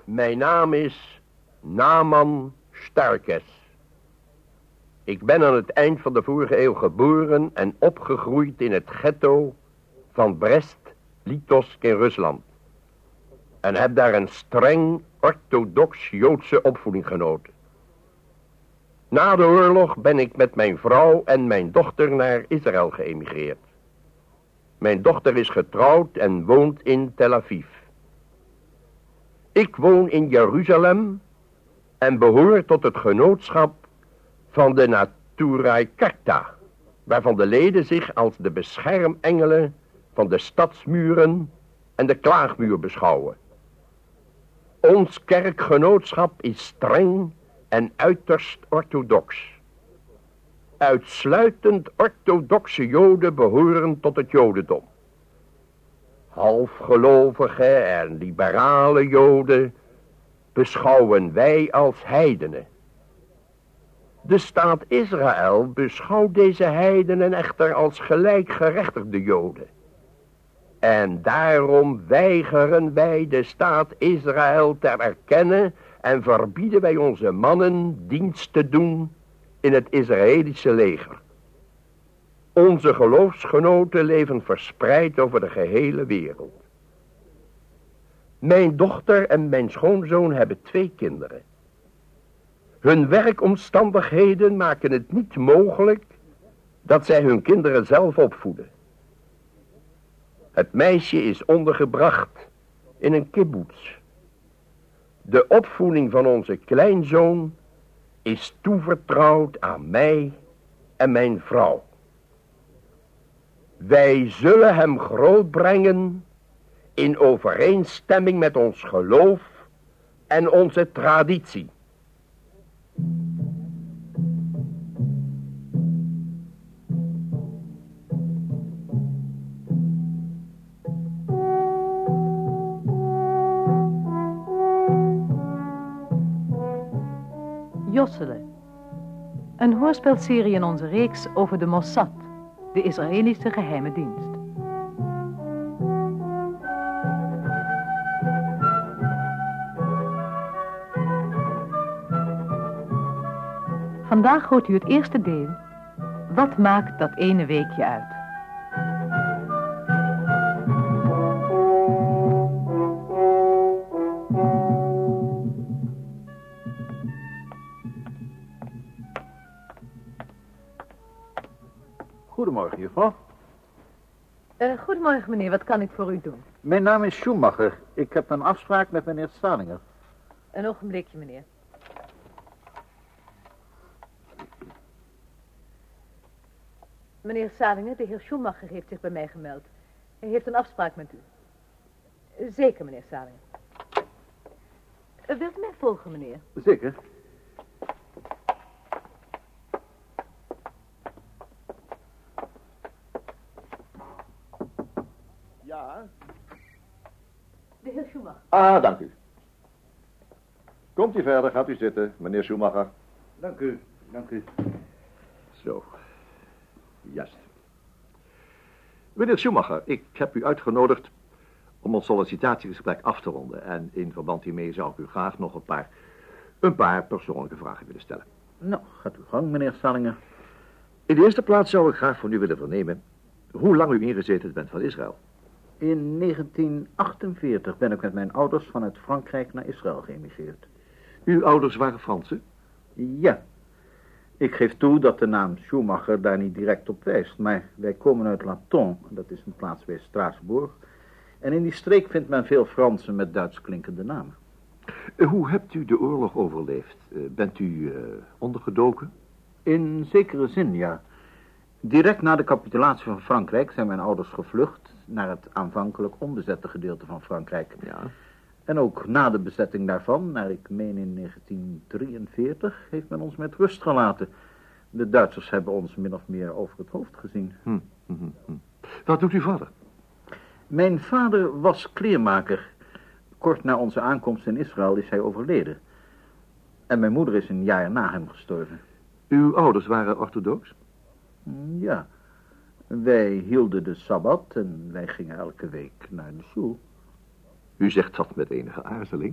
Mijn naam is Naaman Starkes. Ik ben aan het eind van de vorige eeuw geboren en opgegroeid in het ghetto van Brest-Litovsk in Rusland. En heb daar een streng orthodox-Joodse opvoeding genoten. Na de oorlog ben ik met mijn vrouw en mijn dochter naar Israël geëmigreerd. Mijn dochter is getrouwd en woont in Tel Aviv. Ik woon in Jeruzalem en behoor tot het genootschap van de Naturai Karta, waarvan de leden zich als de beschermengelen van de stadsmuren en de klaagmuur beschouwen. Ons kerkgenootschap is streng en uiterst orthodox. Uitsluitend orthodoxe Joden behoren tot het Jodendom. Halfgelovige en liberale Joden beschouwen wij als heidenen. De staat Israël beschouwt deze heidenen echter als gelijkgerechtigde Joden. En daarom weigeren wij de staat Israël te erkennen en verbieden wij onze mannen dienst te doen in het Israëlische leger. Onze geloofsgenoten leven verspreid over de gehele wereld. Mijn dochter en mijn schoonzoon hebben 2 kinderen. Hun werkomstandigheden maken het niet mogelijk dat zij hun kinderen zelf opvoeden. Het meisje is ondergebracht in een kibbutz. De opvoeding van onze kleinzoon is toevertrouwd aan mij en mijn vrouw. Wij zullen hem grootbrengen in overeenstemming met ons geloof en onze traditie. Jossele. Een hoorspelserie in onze reeks over de Mossad, de Israëlische geheime dienst. Vandaag hoort u het eerste deel. Wat maakt dat ene weekje uit? Goedemorgen, juffrouw. Goedemorgen, meneer. Wat kan ik voor u doen? Mijn naam is Schumacher. Ik heb een afspraak met meneer Salinger. Een ogenblikje, meneer. Meneer Salinger, de heer Schumacher heeft zich bij mij gemeld. Hij heeft een afspraak met u. Zeker, meneer Salinger. Wilt u mij volgen, meneer? Zeker. Ja? De heer Schumacher. Ah, dank u. Komt u verder, gaat u zitten, meneer Schumacher. Dank u, dank u. Zo, juist. Meneer Schumacher, ik heb u uitgenodigd om ons sollicitatiegesprek af te ronden. En in verband hiermee zou ik u graag nog een paar persoonlijke vragen willen stellen. Nou, gaat uw gang, meneer Salinger. In de eerste plaats zou ik graag van u willen vernemen hoe lang u ingezeten bent van Israël. In 1948 ben ik met mijn ouders vanuit Frankrijk naar Israël geëmigreerd. Uw ouders waren Fransen? Ja. Ik geef toe dat de naam Schumacher daar niet direct op wijst, maar wij komen uit Laton, dat is een plaats bij Straatsburg. En in die streek vindt men veel Fransen met Duits klinkende namen. Hoe hebt u de oorlog overleefd? Bent u ondergedoken? In zekere zin, ja. Direct na de capitulatie van Frankrijk zijn mijn ouders gevlucht naar het aanvankelijk onbezette gedeelte van Frankrijk. Ja. En ook na de bezetting daarvan, naar ik meen in 1943, heeft men ons met rust gelaten. De Duitsers hebben ons min of meer over het hoofd gezien. Wat doet uw vader? Mijn vader was kleermaker. Kort na onze aankomst in Israël is hij overleden. En mijn moeder is een jaar na hem gestorven. Uw ouders waren orthodox? Ja. Wij hielden de Sabbat en wij gingen elke week naar de school. U zegt dat met enige aarzeling.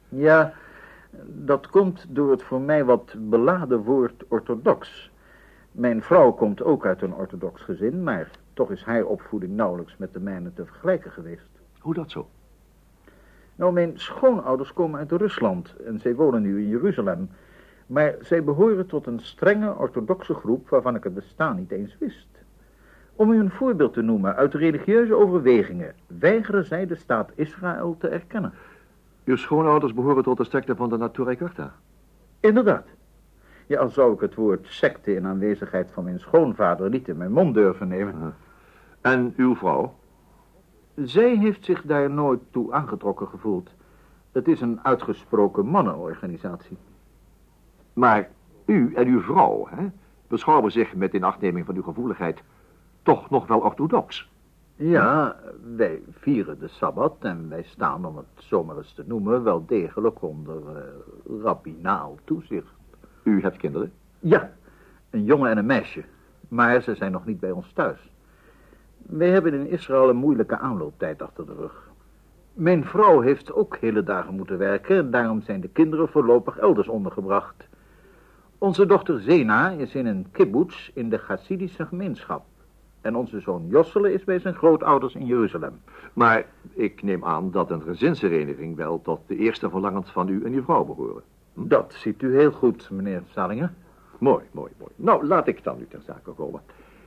Ja, dat komt door het voor mij wat beladen woord orthodox. Mijn vrouw komt ook uit een orthodox gezin, maar toch is haar opvoeding nauwelijks met de mijne te vergelijken geweest. Hoe dat zo? Nou, mijn schoonouders komen uit Rusland en zij wonen nu in Jeruzalem. Maar zij behoren tot een strenge orthodoxe groep waarvan ik het bestaan niet eens wist. Om u een voorbeeld te noemen, uit religieuze overwegingen weigeren zij de staat Israël te erkennen. Uw schoonouders behoren tot de secte van de Natura Carta. Inderdaad. Ja, al zou ik het woord secte in aanwezigheid van mijn schoonvader niet in mijn mond durven nemen. En uw vrouw? Zij heeft zich daar nooit toe aangetrokken gevoeld. Het is een uitgesproken mannenorganisatie. Maar u en uw vrouw, beschouwen zich met inachtneming van uw gevoeligheid toch nog wel orthodox. Ja, wij vieren de Sabbat en wij staan, om het zo maar eens te noemen, wel degelijk onder rabbinaal toezicht. U hebt kinderen? Ja, een jongen en een meisje, maar ze zijn nog niet bij ons thuis. Wij hebben in Israël een moeilijke aanlooptijd achter de rug. Mijn vrouw heeft ook hele dagen moeten werken en daarom zijn de kinderen voorlopig elders ondergebracht. Onze dochter Zena is in een kibbutz in de Hasidische gemeenschap. En onze zoon Jossele is bij zijn grootouders in Jeruzalem. Maar ik neem aan dat een gezinshereniging wel tot de eerste verlangens van u en uw vrouw behoren. Dat ziet u heel goed, meneer Salingen. Mooi. Nou, laat ik dan nu ter zake komen.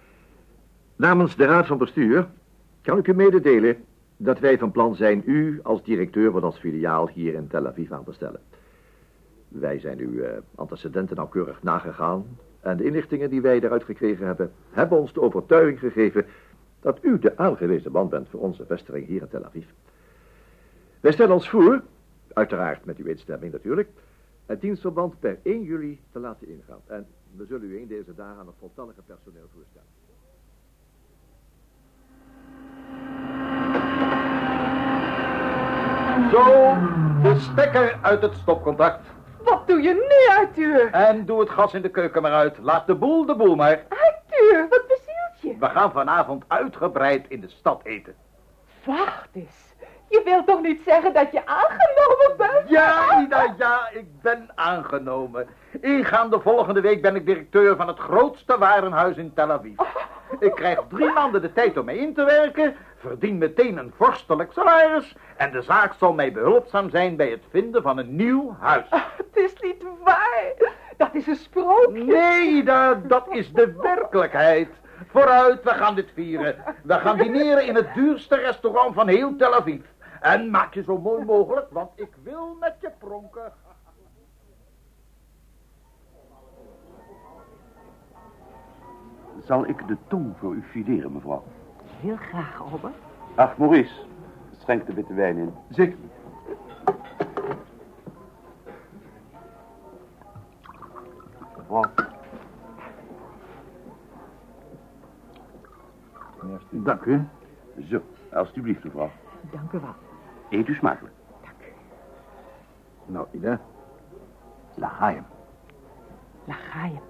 Namens de Raad van Bestuur kan ik u mededelen dat wij van plan zijn u als directeur van ons filiaal hier in Tel Aviv aan te stellen. Wij zijn uw antecedenten nauwkeurig nagegaan en de inlichtingen die wij daaruit gekregen hebben ons de overtuiging gegeven dat u de aangewezen man bent voor onze vestiging hier in Tel Aviv. Wij stellen ons voor, uiteraard met uw instemming natuurlijk, het dienstverband per 1 juli te laten ingaan. En we zullen u in deze dagen aan het voltallige personeel voorstellen. Zo, de stekker uit het stopcontact. Wat doe je nu, Arthur? En doe het gas in de keuken maar uit. Laat de boel maar. Arthur, wat bezielt je? We gaan vanavond uitgebreid in de stad eten. Wacht eens. Je wilt toch niet zeggen dat je aangenomen bent? Ja, Ida, ja, ik ben aangenomen. Ingaande volgende week ben ik directeur van het grootste warenhuis in Tel Aviv. Ik krijg 3 maanden de tijd om mij in te werken, verdien meteen een vorstelijk salaris en de zaak zal mij behulpzaam zijn bij het vinden van een nieuw huis. Het is niet waar. Dat is een sprookje. Nee, Ida, dat is de werkelijkheid. Vooruit, we gaan dit vieren. We gaan dineren in het duurste restaurant van heel Tel Aviv. En maak je zo mooi mogelijk, want ik wil met je pronken. Zal ik de tong voor u fileren, mevrouw? Heel graag, Albert. Ach, Maurice, schenk de witte wijn in. Zeker. Mevrouw. Dank u. Zo, alstublieft, mevrouw. Dank u wel. Eet u smakelijk. Nou, Ida. L'Chaim. L'Chaim.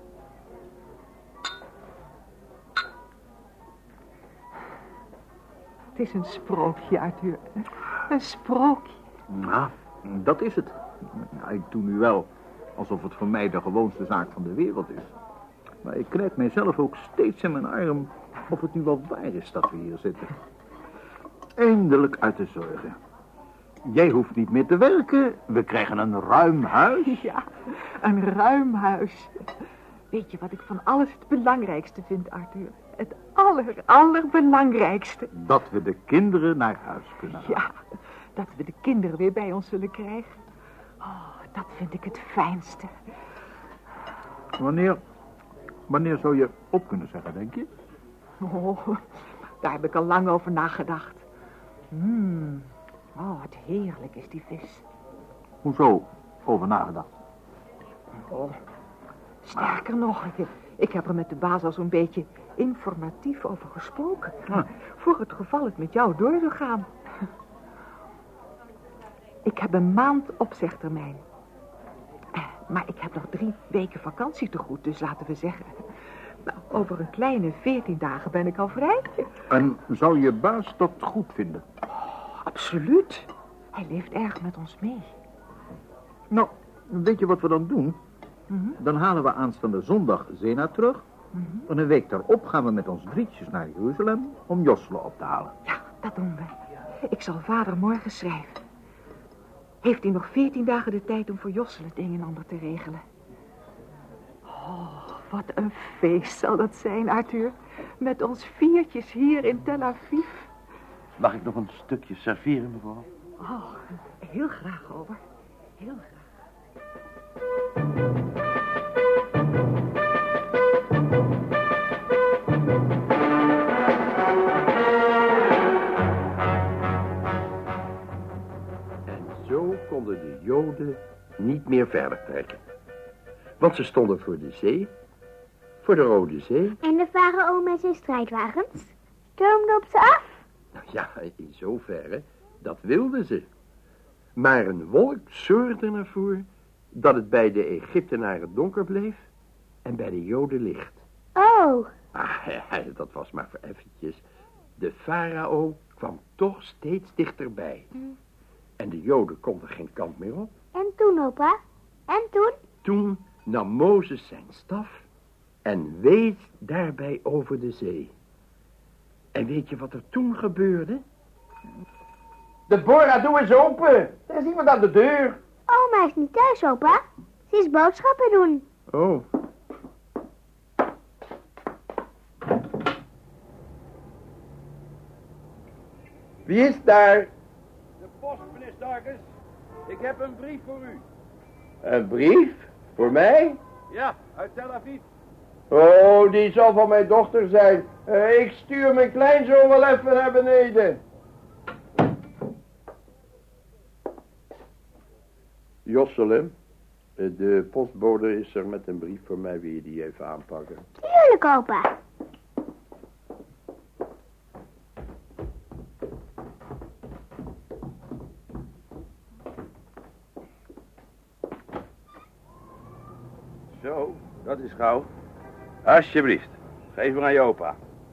Het is een sprookje, Arthur. Een sprookje. Nou, dat is het. Nou, ik doe nu wel alsof het voor mij de gewoonste zaak van de wereld is. Maar ik knijp mijzelf ook steeds in mijn arm of het nu wel waar is dat we hier zitten. Eindelijk uit de zorgen. Jij hoeft niet meer te werken. We krijgen een ruim huis. Ja, een ruim huis. Weet je wat ik van alles het belangrijkste vind, Arthur? Het allerbelangrijkste. Dat we de kinderen naar huis kunnen halen. Ja, dat we de kinderen weer bij ons zullen krijgen. Oh, dat vind ik het fijnste. Wanneer zou je op kunnen zeggen, denk je? Oh, daar heb ik al lang over nagedacht. Oh, wat heerlijk is die vis. Hoezo over nagedacht? Oh, sterker nog, ik heb er met de baas al zo'n beetje informatief over gesproken. Voor het geval het met jou door zou gaan. Ik heb een maand opzegtermijn. Maar ik heb nog 3 weken vakantie te goed, dus laten we zeggen. Nou, over een kleine 14 dagen ben ik al vrij. En zou je baas dat goed vinden? Oh, absoluut. Hij leeft erg met ons mee. Nou, weet je wat we dan doen? Dan halen we aanstaande zondag Zena terug. En een week daarop gaan we met ons drietjes naar Jeruzalem om Jossele op te halen. Ja, dat doen we. Ik zal vader morgen schrijven. Heeft hij nog 14 dagen de tijd om voor Jossele het een en ander te regelen? Oh, wat een feest zal dat zijn, Arthur. Met ons viertjes hier in Tel Aviv. Mag ik nog een stukje serveren, mevrouw? Oh, heel graag, Ober. Heel graag. En zo konden de Joden niet meer verder trekken. Want ze stonden voor de zee, voor de Rode Zee. En de farao met zijn strijdwagens stormde op ze af. Nou ja, in zoverre, dat wilden ze. Maar een wolk zorgde ervoor dat het bij de Egyptenaren donker bleef en bij de Joden licht. Oh, Dat was maar voor eventjes. De farao kwam toch steeds dichterbij. En de Joden konden geen kant meer op. en toen, opa? En toen? Toen nam Mozes zijn staf en wees daarbij over de zee. En weet je wat er toen gebeurde? Deborah, doe eens open. Er is iemand aan de deur. Oma is niet thuis, opa. Ze is boodschappen doen. Oh. Wie is daar? De post, meneer Starkers. Ik heb een brief voor u. Een brief? Voor mij? Ja, uit Tel Aviv. Oh, die zal van mijn dochter zijn. Ik stuur mijn kleinzoon wel even naar beneden. Jossele, de postbode is er met een brief voor mij. Wil je die even aanpakken? Tuurlijk, opa. Zo, dat is gauw. Alsjeblieft, geef maar aan je opa.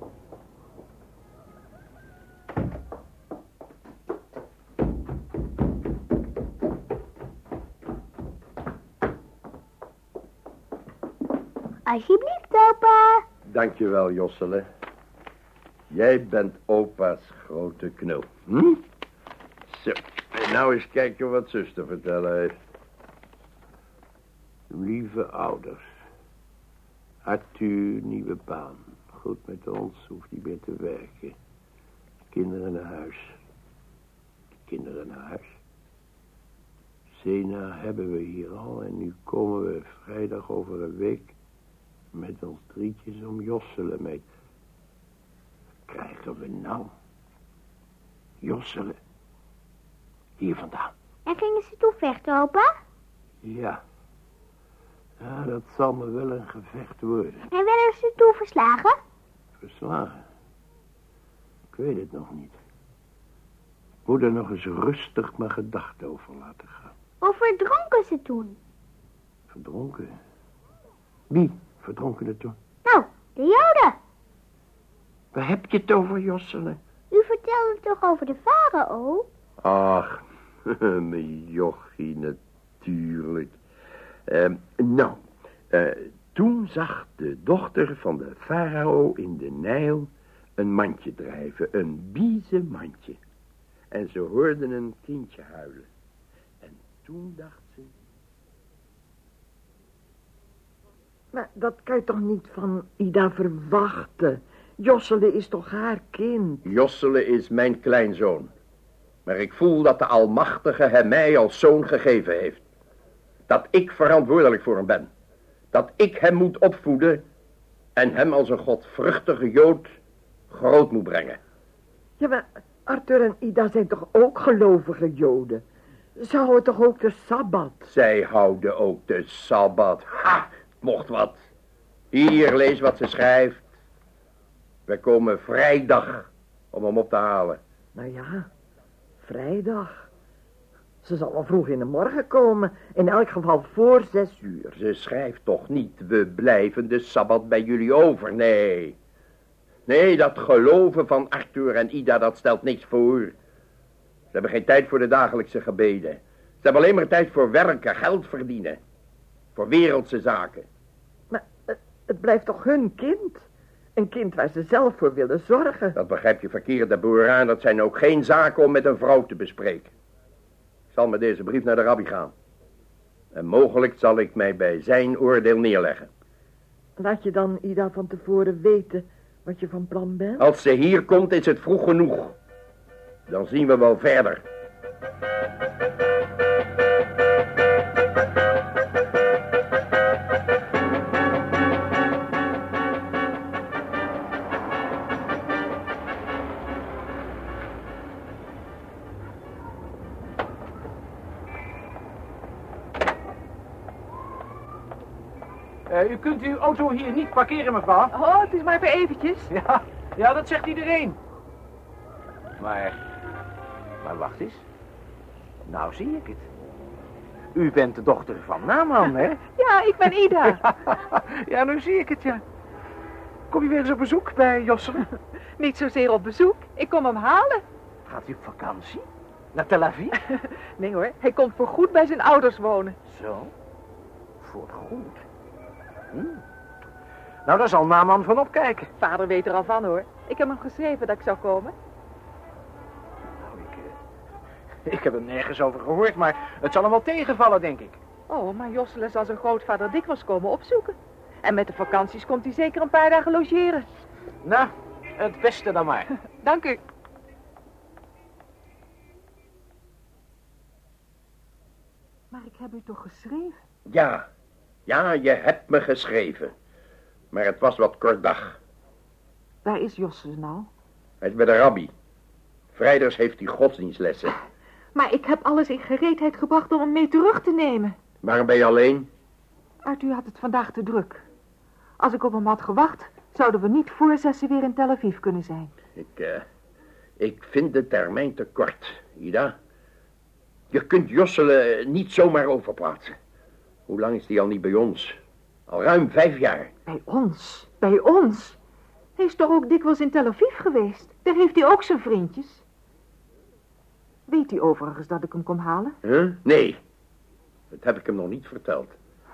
Alsjeblieft, opa. Dankjewel, Jossele. Jij bent opa's grote knul. Zo, en nou eens kijken wat zus te vertellen heeft. Lieve ouders. Arthur, nieuwe baan. Goed met ons, hoeft niet meer te werken. Kinderen naar huis. Kinderen naar huis. Zena hebben we hier al en nu komen we vrijdag over een week met ons drietjes om Jossele mee. Wat krijgen we nou? Jossele. Hier vandaan. En gingen ze toen vechten, opa? Ja. Ja, dat zal me wel een gevecht worden. En werden ze toen verslagen? Verslagen? Ik weet het nog niet. Moet er nog eens rustig mijn gedachten over laten gaan. Of verdronken ze toen? Verdronken? Wie verdronken er toen? Nou, de Joden. Waar heb je het over, Jossele? U vertelde toch over de farao? Ach, mijn jochie natuurlijk. Toen zag de dochter van de farao in de Nijl een mandje drijven, een biezenmandje. En ze hoorden een kindje huilen. En toen dacht ze... Maar dat kan je toch niet van Ida verwachten? Jossele is toch haar kind? Jossele is mijn kleinzoon. Maar ik voel dat de Almachtige hem mij als zoon gegeven heeft. Dat ik verantwoordelijk voor hem ben. Dat ik hem moet opvoeden en hem als een godvruchtige Jood groot moet brengen. Ja, maar Arthur en Ida zijn toch ook gelovige Joden? Ze houden toch ook de Sabbat? Zij houden ook de Sabbat. Ha, mocht wat. Hier, lees wat ze schrijft. We komen vrijdag om hem op te halen. Nou ja, vrijdag. Ze zal wel vroeg in de morgen komen. In elk geval voor 6 uur. Ze schrijft toch niet, we blijven de Sabbat bij jullie over, nee. Nee, dat geloven van Arthur en Ida, dat stelt niks voor. Ze hebben geen tijd voor de dagelijkse gebeden. hebben alleen maar tijd voor werken, geld verdienen. Voor wereldse zaken. Maar het blijft toch hun kind? Een kind waar ze zelf voor willen zorgen. Dat begrijp je verkeerd, Deborah. Dat zijn ook geen zaken om met een vrouw te bespreken. Ik zal met deze brief naar de rabbi gaan. En mogelijk zal ik mij bij zijn oordeel neerleggen. Laat je dan Ida van tevoren weten wat je van plan bent? Als ze hier komt, is het vroeg genoeg. Dan zien we wel verder. U kunt uw auto hier niet parkeren, mevrouw. Oh, het is maar voor eventjes. Ja, dat zegt iedereen. Maar wacht eens. Nou zie ik het. U bent de dochter van Naaman, hè? Ja, ik ben Ida. Ja, nu zie ik het, ja. Kom je weer eens op bezoek bij Josselen? Niet zozeer op bezoek. Ik kom hem halen. Gaat u op vakantie? Naar Tel Aviv? Nee hoor, hij komt voorgoed bij zijn ouders wonen. Zo? Voorgoed? Nou, daar zal Naaman van opkijken. Vader weet er al van hoor. Ik heb hem geschreven dat ik zou komen. Nou, ik heb er nergens over gehoord, maar het zal hem wel tegenvallen, denk ik. Oh, maar Josselen zal zijn grootvader dikwijls komen opzoeken. En met de vakanties komt hij zeker een paar dagen logeren. Nou, het beste dan maar. Dank u. Maar ik heb u toch geschreven? Ja, je hebt me geschreven. Maar het was wat kort dag. Waar is Josselen nou? Hij is bij de rabbi. Vrijdags heeft hij godsdienstlessen. Maar ik heb alles in gereedheid gebracht om hem mee terug te nemen. Waarom ben je alleen? Arthur had het vandaag te druk. Als ik op hem had gewacht, zouden we niet voor 6 weer in Tel Aviv kunnen zijn. Ik vind de termijn te kort, Ida. Je kunt Josselen niet zomaar overplaatsen. Hoe lang is hij al niet bij ons? Al ruim 5 jaar. Bij ons? Bij ons? Hij is toch ook dikwijls in Tel Aviv geweest? Daar heeft hij ook zijn vriendjes. Weet hij overigens dat ik hem kom halen? Huh? Nee, dat heb ik hem nog niet verteld.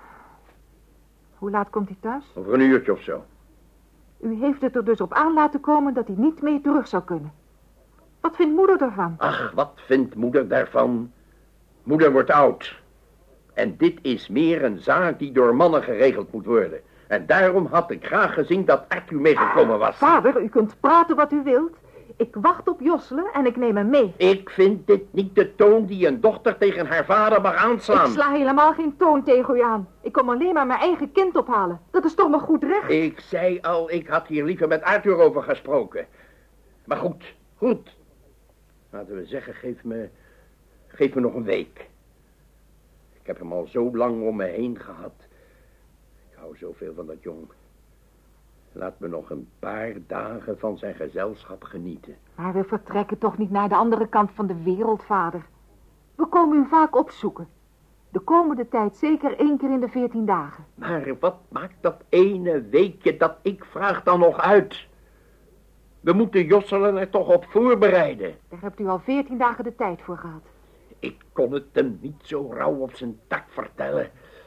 Hoe laat komt hij thuis? Over een uurtje of zo. U heeft het er dus op aan laten komen dat hij niet mee terug zou kunnen. Wat vindt moeder daarvan? Ach, wat vindt moeder daarvan? Moeder wordt oud. En dit is meer een zaak die door mannen geregeld moet worden. En daarom had ik graag gezien dat Arthur meegekomen was. Vader, u kunt praten wat u wilt. Ik wacht op Josselen en ik neem hem mee. Ik vind dit niet de toon die een dochter tegen haar vader mag aanslaan. Ik sla helemaal geen toon tegen u aan. Ik kom alleen maar mijn eigen kind ophalen. Dat is toch mijn goed recht? Ik zei al, ik had hier liever met Arthur over gesproken. Maar goed. Laten we zeggen, geef me nog een week. Ik heb hem al zo lang om me heen gehad. Ik hou zoveel van dat jong. Laat me nog een paar dagen van zijn gezelschap genieten. Maar we vertrekken toch niet naar de andere kant van de wereld, vader. We komen u vaak opzoeken. De komende tijd zeker 1 keer in de 14 dagen. Maar wat maakt dat ene weekje dat ik vraag dan nog uit? We moeten Josselen er toch op voorbereiden. Daar hebt u al 14 dagen de tijd voor gehad. Ik kon het hem niet zo rauw op zijn tak vertellen.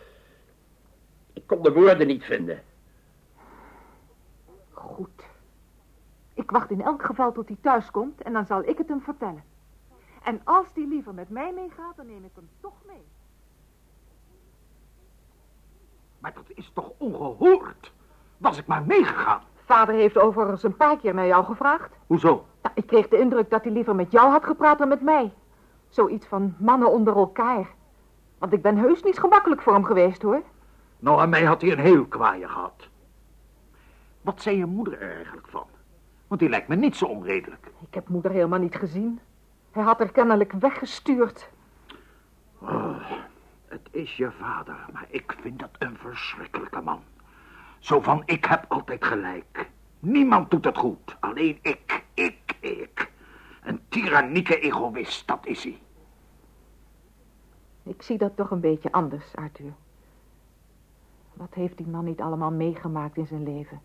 Ik kon de woorden niet vinden. Goed. Ik wacht in elk geval tot hij thuis komt en dan zal ik het hem vertellen. En als hij liever met mij meegaat, dan neem ik hem toch mee. Maar dat is toch ongehoord? Was ik maar meegegaan? Vader heeft overigens een paar keer naar jou gevraagd. Hoezo? Nou, ik kreeg de indruk dat hij liever met jou had gepraat dan met mij. Zoiets van mannen onder elkaar. Want ik ben heus niet gemakkelijk voor hem geweest, hoor. Nou, aan mij had hij een heel kwaaie gehad. Wat zei je moeder er eigenlijk van? Want die lijkt me niet zo onredelijk. Ik heb moeder helemaal niet gezien. Hij had haar kennelijk weggestuurd. Oh, het is je vader, maar ik vind dat een verschrikkelijke man. Zo van, ik heb altijd gelijk. Niemand doet het goed, alleen ik. Een tyrannieke egoïst, dat is hij. Ik zie dat toch een beetje anders, Arthur. Wat heeft die man niet allemaal meegemaakt in zijn leven?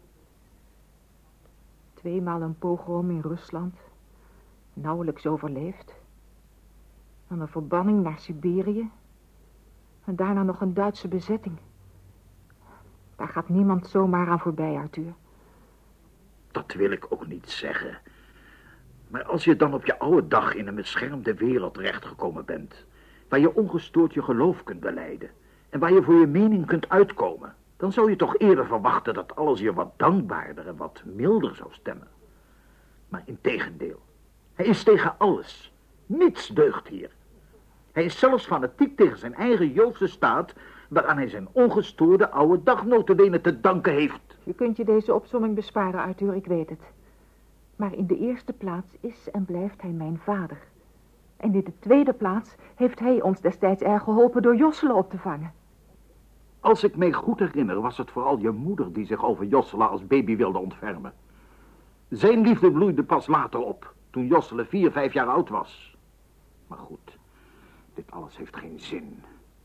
2 maal een pogrom in Rusland. Nauwelijks overleefd. Dan een verbanning naar Siberië. En daarna nog een Duitse bezetting. Daar gaat niemand zomaar aan voorbij, Arthur. Dat wil ik ook niet zeggen. Maar als je dan op je oude dag in een beschermde wereld terechtgekomen bent, waar je ongestoord je geloof kunt belijden en waar je voor je mening kunt uitkomen, dan zou je toch eerder verwachten dat alles je wat dankbaarder en wat milder zou stemmen. Maar integendeel, hij is tegen alles. Niets deugt hier. Hij is zelfs fanatiek tegen zijn eigen Joodse staat, waaraan hij zijn ongestoorde oude dag nota bene te danken heeft. Je kunt je deze opsomming besparen, Arthur, ik weet het. Maar in de eerste plaats is en blijft hij mijn vader. En in de tweede plaats heeft hij ons destijds erg geholpen door Josselen op te vangen. Als ik mij goed herinner, was het vooral je moeder die zich over Josselen als baby wilde ontfermen. Zijn liefde bloeide pas later op, toen Josselen 4, 5 jaar oud was. Maar goed, dit alles heeft geen zin.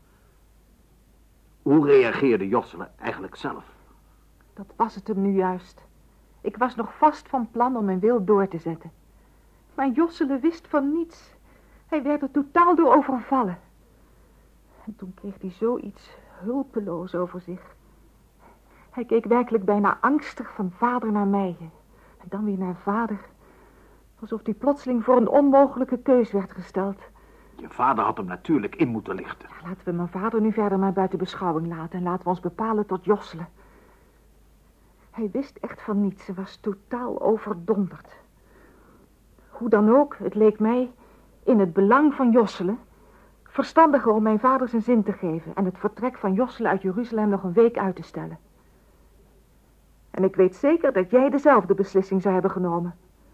Hoe reageerde Josselen eigenlijk zelf? Dat was het hem nu juist. Ik was nog vast van plan om mijn wil door te zetten. Maar Josselen wist van niets. Hij werd er totaal door overvallen. En toen kreeg hij zoiets hulpeloos over zich. Hij keek werkelijk bijna angstig van vader naar mij. En dan weer naar vader. Alsof hij plotseling voor een onmogelijke keus werd gesteld. Je vader had hem natuurlijk in moeten lichten. Ja, laten we mijn vader nu verder maar buiten beschouwing laten. En laten we ons bepalen tot Josselen. Hij wist echt van niets. Hij was totaal overdonderd. Hoe dan ook, het leek mij in het belang van Josselen verstandiger om mijn vader zijn zin te geven en het vertrek van Josselen uit Jeruzalem nog een week uit te stellen. En ik weet zeker dat jij dezelfde beslissing zou hebben genomen.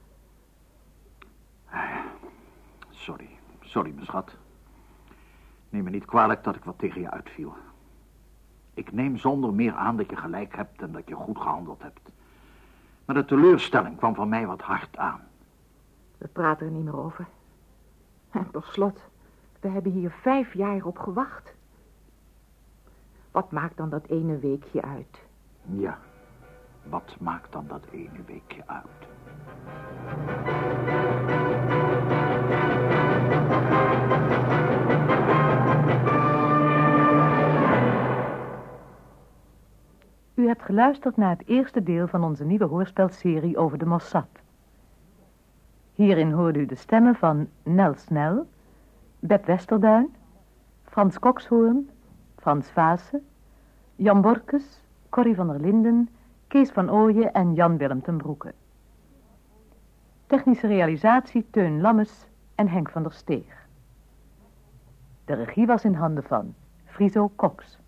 Sorry, mijn schat. Neem me niet kwalijk dat ik wat tegen je uitviel. Ik neem zonder meer aan dat je gelijk hebt en dat je goed gehandeld hebt. Maar de teleurstelling kwam van mij wat hard aan. We praten er niet meer over. En tot slot, we hebben hier 5 jaar op gewacht. Wat maakt dan dat ene weekje uit? Ja, wat maakt dan dat ene weekje uit? U hebt geluisterd naar het eerste deel van onze nieuwe hoorspelserie over de Mossad. Hierin hoorde u de stemmen van Nel Snel, Beb Westerduin, Frans Kokshoorn, Frans Vaassen, Jan Borkes, Corrie van der Linden, Kees van Ooyen en Jan-Willem ten Broeke. Technische realisatie Teun Lammes en Henk van der Steeg. De regie was in handen van Friso Cox.